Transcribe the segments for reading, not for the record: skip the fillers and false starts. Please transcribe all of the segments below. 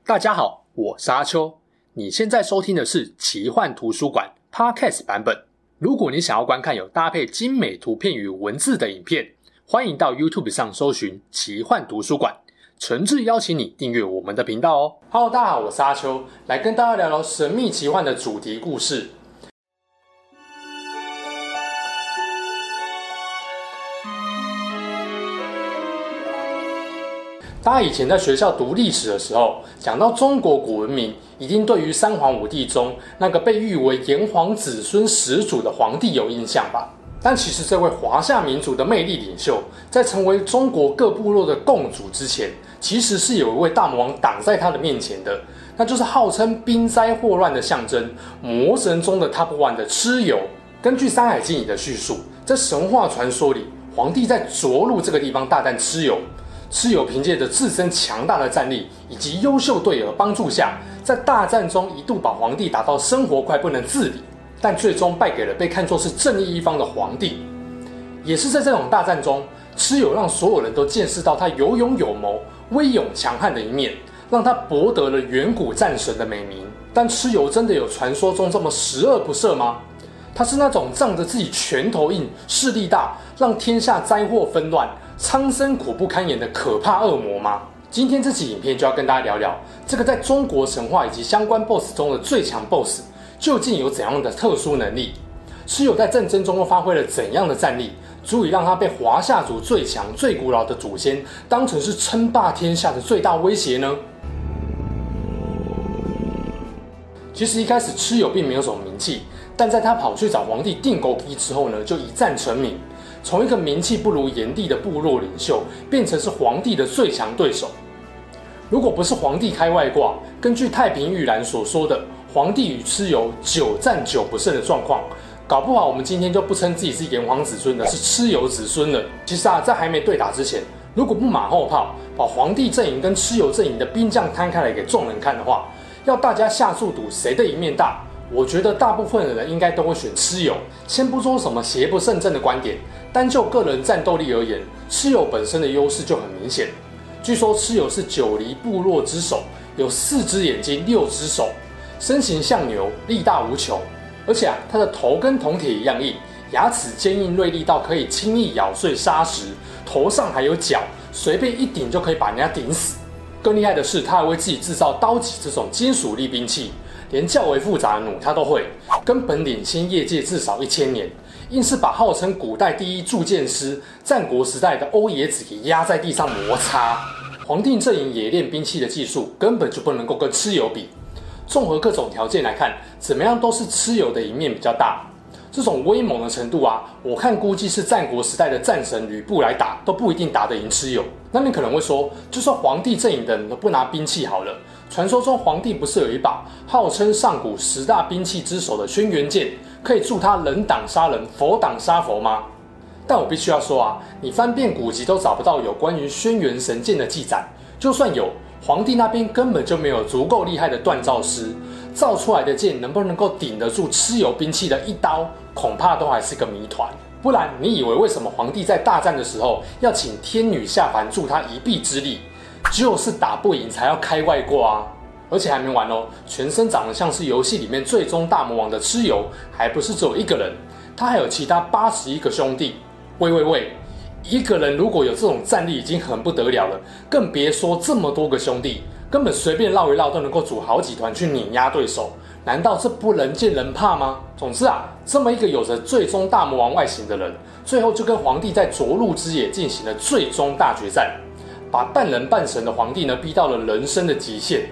大家好，我是阿秋。你现在收听的是奇幻图书馆 Podcast 版本。如果你想要观看有搭配精美图片与文字的影片，欢迎到 YouTube 上搜寻奇幻图书馆，诚挚邀请你订阅我们的频道哦。Hello， 大家好，我是阿秋，来跟大家聊聊神秘奇幻的主题故事。大家以前在学校读历史的时候，讲到中国古文明，一定对于三皇五帝中那个被誉为炎黄子孙始祖的皇帝有印象吧？但其实这位华夏民族的魅力领袖，在成为中国各部落的共主之前，其实是有一位大魔王挡在他的面前的，那就是号称兵灾祸乱的象征，魔神中的 Top One 的蚩尤。根据《山海经》里的叙述，在神话传说里，皇帝在涿鹿这个地方大战蚩尤。蚩尤凭借着自身强大的战力以及优秀队友帮助下，在大战中一度把皇帝打到生活快不能自理，但最终败给了被看作是正义一方的皇帝。也是在这种大战中，蚩尤让所有人都见识到他有勇有谋、威勇强悍的一面，让他博得了远古战神的美名。但蚩尤真的有传说中这么十恶不赦吗？他是那种仗着自己拳头硬、势力大，让天下灾祸纷乱、苍生苦不堪言的可怕恶魔吗？今天这期影片就要跟大家聊聊这个在中国神话以及相关 BOSS 中的最强 BOSS 究竟有怎样的特殊能力？蚩尤在战争中又发挥了怎样的战力，足以让他被华夏族最强最古老的祖先当成是称霸天下的最大威胁呢？其实一开始蚩尤并没有什么名气，但在他跑去找皇帝定勾稽之后呢，就一战成名，从一个名气不如炎帝的部落领袖，变成是皇帝的最强对手。如果不是皇帝开外挂，根据太平御览所说的皇帝与蚩尤9战9不胜的状况，搞不好我们今天就不称自己是炎黄子孙的，是蚩尤子孙了。其实在还没对打之前，如果不马后炮，把皇帝阵营跟蚩尤阵营的兵将摊开来给众人看的话，要大家下注赌谁的赢面大，我觉得大部分的人应该都会选蚩尤。先不说什么邪不胜正的观点，单就个人战斗力而言，蚩尤本身的优势就很明显。据说蚩尤是9黎部落之首，有4只眼睛、6只手，身形像牛，力大无穷。而且他的头跟铜铁一样硬，牙齿坚硬锐利到可以轻易咬碎砂石，头上还有角，随便一顶就可以把人家顶死。更厉害的是，他还会自己制造刀戟这种金属力兵器，连较为复杂的弩他都会，根本领先业界至少1000年，硬是把号称古代第一铸剑师、战国时代的欧冶子给压在地上摩擦。皇帝阵营冶炼兵器的技术根本就不能够跟蚩尤比。综合各种条件来看，怎么样都是蚩尤的赢面比较大。这种威猛的程度我看估计是战国时代的战神吕布来打都不一定打得赢蚩尤。那你可能会说，就算皇帝阵营的人都不拿兵器好了，传说中皇帝不是有一把号称上古10大兵器之首的轩辕剑，可以助他人挡杀人，佛挡杀佛吗？但我必须要说你翻遍古籍都找不到有关于轩辕神剑的记载，就算有，皇帝那边根本就没有足够厉害的锻造师，造出来的剑能不能够顶得住蚩尤兵器的一刀，恐怕都还是个谜团。不然你以为为什么皇帝在大战的时候要请天女下凡助他一臂之力，就是打不赢才要开外挂而且还没完哦，全身长得像是游戏里面最终大魔王的蚩尤，还不是只有一个人，他还有其他81个兄弟。喂，一个人如果有这种战力已经很不得了了，更别说这么多个兄弟，根本随便绕一绕都能够组好几团去碾压对手，难道这不人见人怕吗？总之这么一个有着最终大魔王外形的人，最后就跟皇帝在涿鹿之野进行了最终大决战，把半人半神的皇帝呢逼到了人生的极限。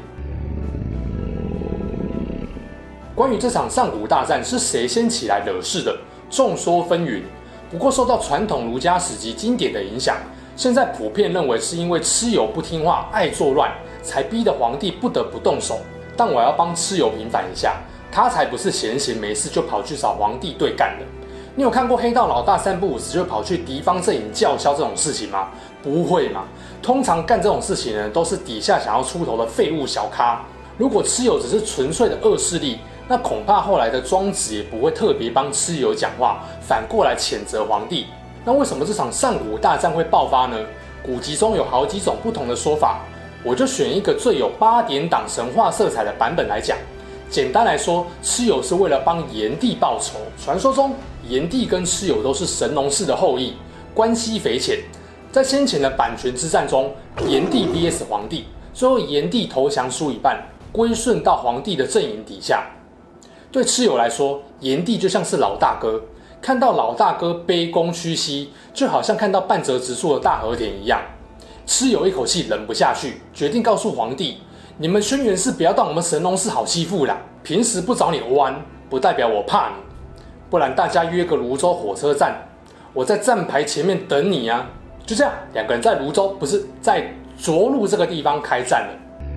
关于这场上古大战是谁先起来惹事的，众说纷纭。不过受到传统儒家史籍经典的影响，现在普遍认为是因为蚩尤不听话、爱作乱，才逼得皇帝不得不动手。但我要帮蚩尤平反一下，他才不是闲闲没事就跑去找皇帝对干的。你有看过黑道老大3不5时就跑去敌方阵营叫嚣这种事情吗？不会嘛。通常干这种事情的人都是底下想要出头的废物小咖。如果蚩尤只是纯粹的恶势力，那恐怕后来的庄子也不会特别帮蚩尤讲话，反过来谴责皇帝。那为什么这场上古大战会爆发呢？古籍中有好几种不同的说法。 我就选一个最有8点档神话色彩的版本来讲。简单来说，蚩尤是为了帮炎帝报仇。传说中，炎帝跟蚩尤都是神农氏的后裔，关系匪浅。在先前的版权之战中，炎帝 VS 黄帝，最后炎帝投降输一半，归顺到黄帝的阵营底下。对蚩尤来说，炎帝就像是老大哥，看到老大哥卑躬屈膝，就好像看到半折直树的大和田一样。蚩尤一口气忍不下去，决定告诉黄帝：你们轩辕氏不要当我们神农氏好欺负啦！平时不找你弯，不代表我怕你，不然大家约个泸州火车站，我在站牌前面等你啊！就这样，两个人在泸州，不是在涿鹿这个地方开战了。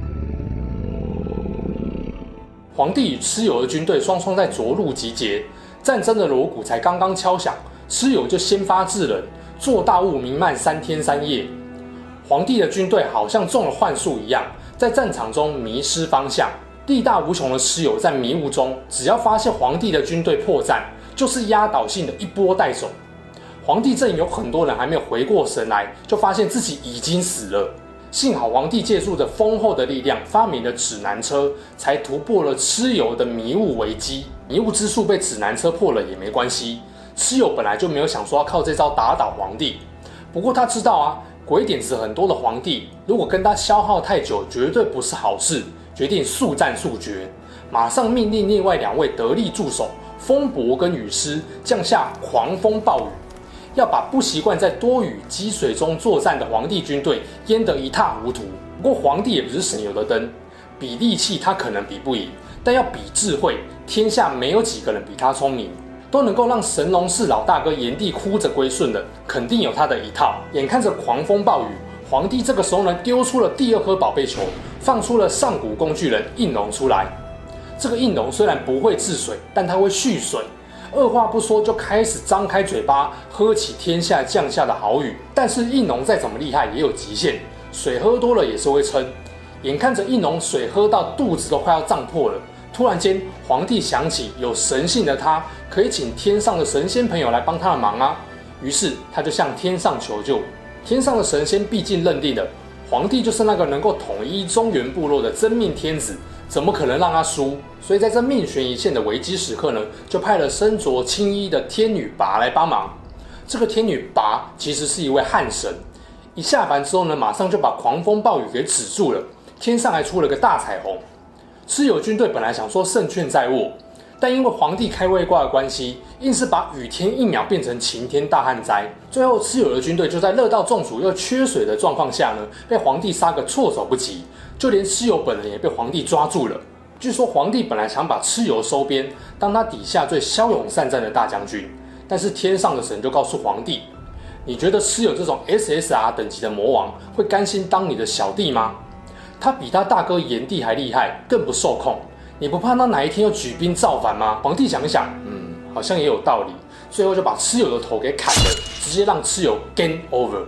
黄帝与蚩尤的军队双双在涿鹿集结，战争的锣鼓才刚刚敲响，蚩尤就先发制人，做大雾弥漫3天3夜。黄帝的军队好像中了幻术一样，在战场中迷失方向。力大无穷的蚩尤在迷雾中，只要发现黄帝的军队破绽，就是压倒性的一波带走。黄帝阵营有很多人还没有回过神来，就发现自己已经死了。幸好黄帝借助着丰厚的力量，发明了指南车，才突破了蚩尤的迷雾危机。迷雾之术被指南车破了也没关系，蚩尤本来就没有想说要靠这招打倒黄帝。不过他知道啊，鬼点子很多的黄帝，如果跟他消耗太久，绝对不是好事。决定速战速决，马上命令另外2位得力助手风伯跟雨师降下狂风暴雨，要把不习惯在多雨积水中作战的黄帝军队淹得一塌糊涂。不过黄帝也不是省油的灯，比力气他可能比不赢，但要比智慧，天下没有几个人比他聪明。都能够让神农氏老大哥炎帝哭着归顺的，肯定有他的一套。眼看着狂风暴雨，黄帝这个时候呢，丢出了第2颗宝贝球，放出了上古工具人应龙出来。这个应龙虽然不会治水，但他会蓄水，二话不说就开始张开嘴巴喝起天下降下的好雨。但是应龙再怎么厉害也有极限，水喝多了也是会撑。眼看着应龙水喝到肚子都快要胀破了，突然间黄帝想起有神性的他可以请天上的神仙朋友来帮他的忙啊，于是他就向天上求救。天上的神仙毕竟认定了黄帝就是那个能够统一中原部落的真命天子，怎么可能让他输？所以在这命悬一线的危机时刻呢，就派了身着青衣的天女拔来帮忙。这个天女拔其实是一位汉神，一下凡之后呢，马上就把狂风暴雨给止住了，天上还出了个大彩虹。蚩尤军队本来想说胜券在握，但因为黄帝开外挂的关系，硬是把雨天一秒变成晴天大旱灾。最后蚩尤的军队就在热到中暑又缺水的状况下呢，被黄帝杀个措手不及，就连蚩尤本人也被黄帝抓住了。据说黄帝本来想把蚩尤收编，当他底下最骁勇善战的大将军，但是天上的神就告诉黄帝：你觉得蚩尤这种 SSR 等级的魔王会甘心当你的小弟吗？他比他大哥炎帝还厉害，更不受控。你不怕他哪一天又举兵造反吗？黄帝想一想，好像也有道理。最后就把蚩尤的头给砍了，直接让蚩尤 game over。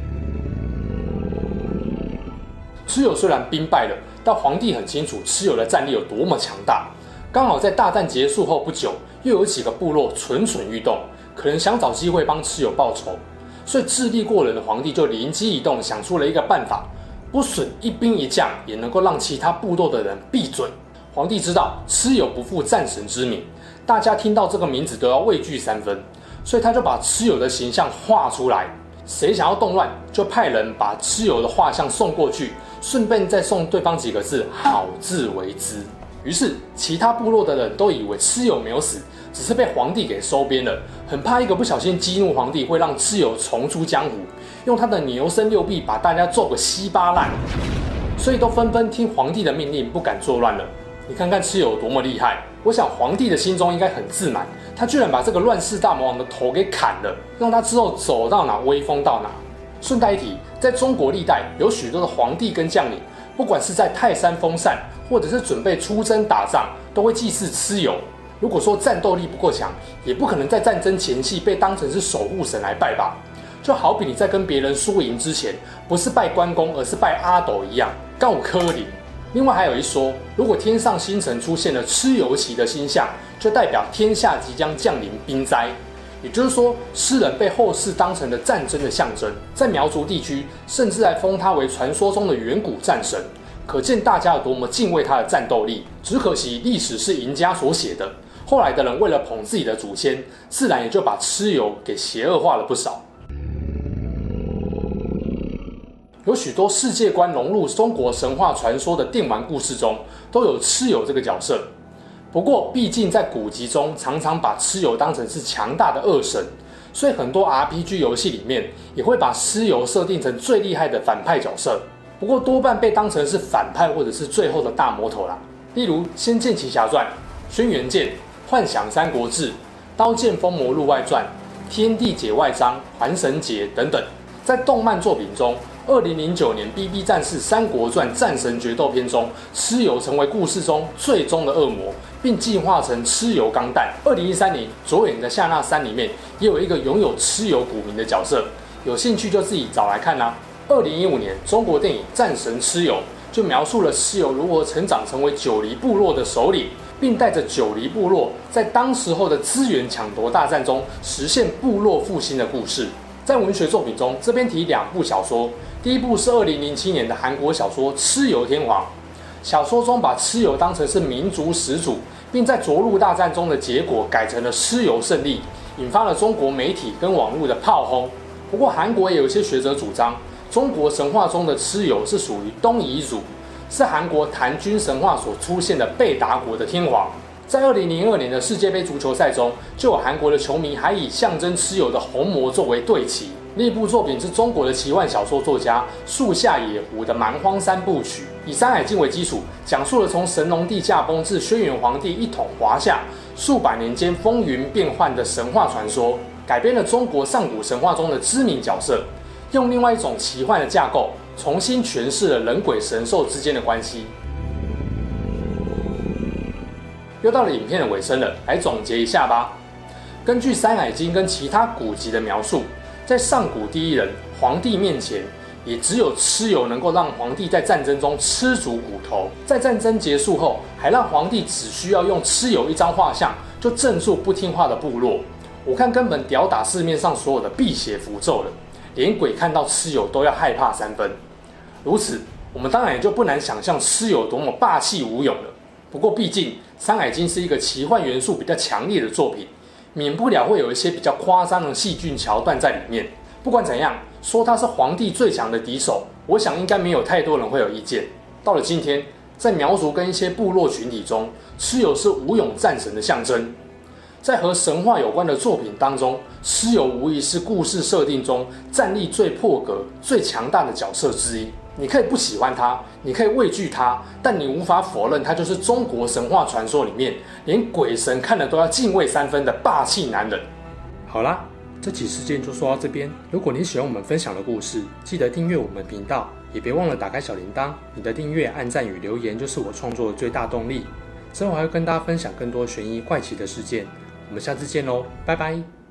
蚩尤虽然兵败了，但黄帝很清楚蚩尤的战力有多么强大。刚好在大战结束后不久，又有几个部落蠢蠢欲动，可能想找机会帮蚩尤报仇。所以智力过人的黄帝就灵机一动，想出了一个办法。不损一兵一将，也能够让其他部落的人闭嘴。黄帝知道蚩尤不负战神之名，大家听到这个名字都要畏惧3分，所以他就把蚩尤的形象画出来。谁想要动乱，就派人把蚩尤的画像送过去，顺便再送对方几个字“好自为之”。于是其他部落的人都以为蚩尤没有死，只是被黄帝给收编了，很怕一个不小心激怒黄帝会让蚩尤重出江湖，用他的牛身6臂把大家揍个稀巴烂，所以都纷纷听皇帝的命令，不敢作乱了。你看看蚩尤有多么厉害！我想皇帝的心中应该很自满，他居然把这个乱世大魔王的头给砍了，让他之后走到哪威风到哪。顺带一提，在中国历代有许多的皇帝跟将领，不管是在泰山封禅，或者是准备出征打仗，都会祭祀蚩尤。如果说战斗力不够强，也不可能在战争前夕被当成是守护神来拜吧。就好比你在跟别人输赢之前，不是拜关公，而是拜阿斗一样，告柯林。另外还有一说，如果天上星辰出现了蚩尤旗的星象，就代表天下即将降临兵灾。 也就是说，诗人被后世当成了战争的象征，在苗族地区甚至还封他为传说中的远古战神，可见大家有多么敬畏他的战斗力。只可惜历史是赢家所写的，后来的人为了捧自己的祖先，自然也就把蚩尤给邪恶化了不少。有许多世界观融入中国神话传说的电玩故事中，都有蚩尤这个角色。不过，毕竟在古籍中常常把蚩尤当成是强大的恶神，所以很多 RPG 游戏里面也会把蚩尤设定成最厉害的反派角色。不过多半被当成是反派或者是最后的大魔头啦。例如《仙剑奇侠传》、《轩辕剑》、《幻想三国志》、《刀剑锋魔录外传》、《天地解外章》、《还神劫》等等。在动漫作品中，2009年《BB 战士三国传战神决斗篇》中，蚩尤成为故事中最终的恶魔，并进化成蚩尤钢弹。2013年，左眼的夏纳3里面也有一个拥有蚩尤古名的角色，有兴趣就自己找来看啦。2015年，中国电影《战神蚩尤》就描述了蚩尤如何成长成为九黎部落的首领，并带着九黎部落在当时候的资源抢夺大战中实现部落复兴的故事。在文学作品中，这边提2部小说。第一部是2007年的韩国小说《蚩尤天皇》，小说中把蚩尤当成是民族始祖，并在涿鹿大战中的结果改成了蚩尤胜利，引发了中国媒体跟网络的炮轰。不过，韩国也有一些学者主张，中国神话中的蚩尤是属于东夷族，是韩国檀君神话所出现的被达国的天皇。在2002年的世界杯足球赛中，就有韩国的球迷还以象征蚩尤的红魔作为队旗。另一部作品是中国的奇幻小说作家树下野狐的《蛮荒三部曲》，以《山海经》为基础，讲述了从神农帝驾崩至轩辕皇帝一统华夏数百年间风云变幻的神话传说，改编了中国上古神话中的知名角色，用另外一种奇幻的架构重新诠释了人鬼神兽之间的关系。又到了影片的尾声了，来总结一下吧。根据《山海经》跟其他古籍的描述，在上古第一人皇帝面前，也只有蚩尤能够让皇帝在战争中吃足骨头。在战争结束后，还让皇帝只需要用蚩尤一张画像就镇住不听话的部落。我看根本吊打市面上所有的辟邪符咒了，连鬼看到蚩尤都要害怕3分。如此，我们当然也就不难想象蚩尤多么霸气无勇了。不过，毕竟《山海经》是一个奇幻元素比较强烈的作品，免不了会有一些比较夸张的戏剧桥段在里面。不管怎样，说他是皇帝最强的敌手，我想应该没有太多人会有意见。到了今天，在苗族跟一些部落群体中，蚩尤是武勇战神的象征。在和神话有关的作品当中，蚩尤无疑是故事设定中战力最破格、最强大的角色之一。你可以不喜欢他，你可以畏惧他，但你无法否认他就是中国神话传说里面连鬼神看了都要敬畏3分的霸气男人。好啦，这期事件就说到这边。如果你喜欢我们分享的故事，记得订阅我们频道，也别忘了打开小铃铛。你的订阅、按赞与留言就是我创作的最大动力。之后还会跟大家分享更多悬疑怪奇的事件。我们下次见喽，拜拜。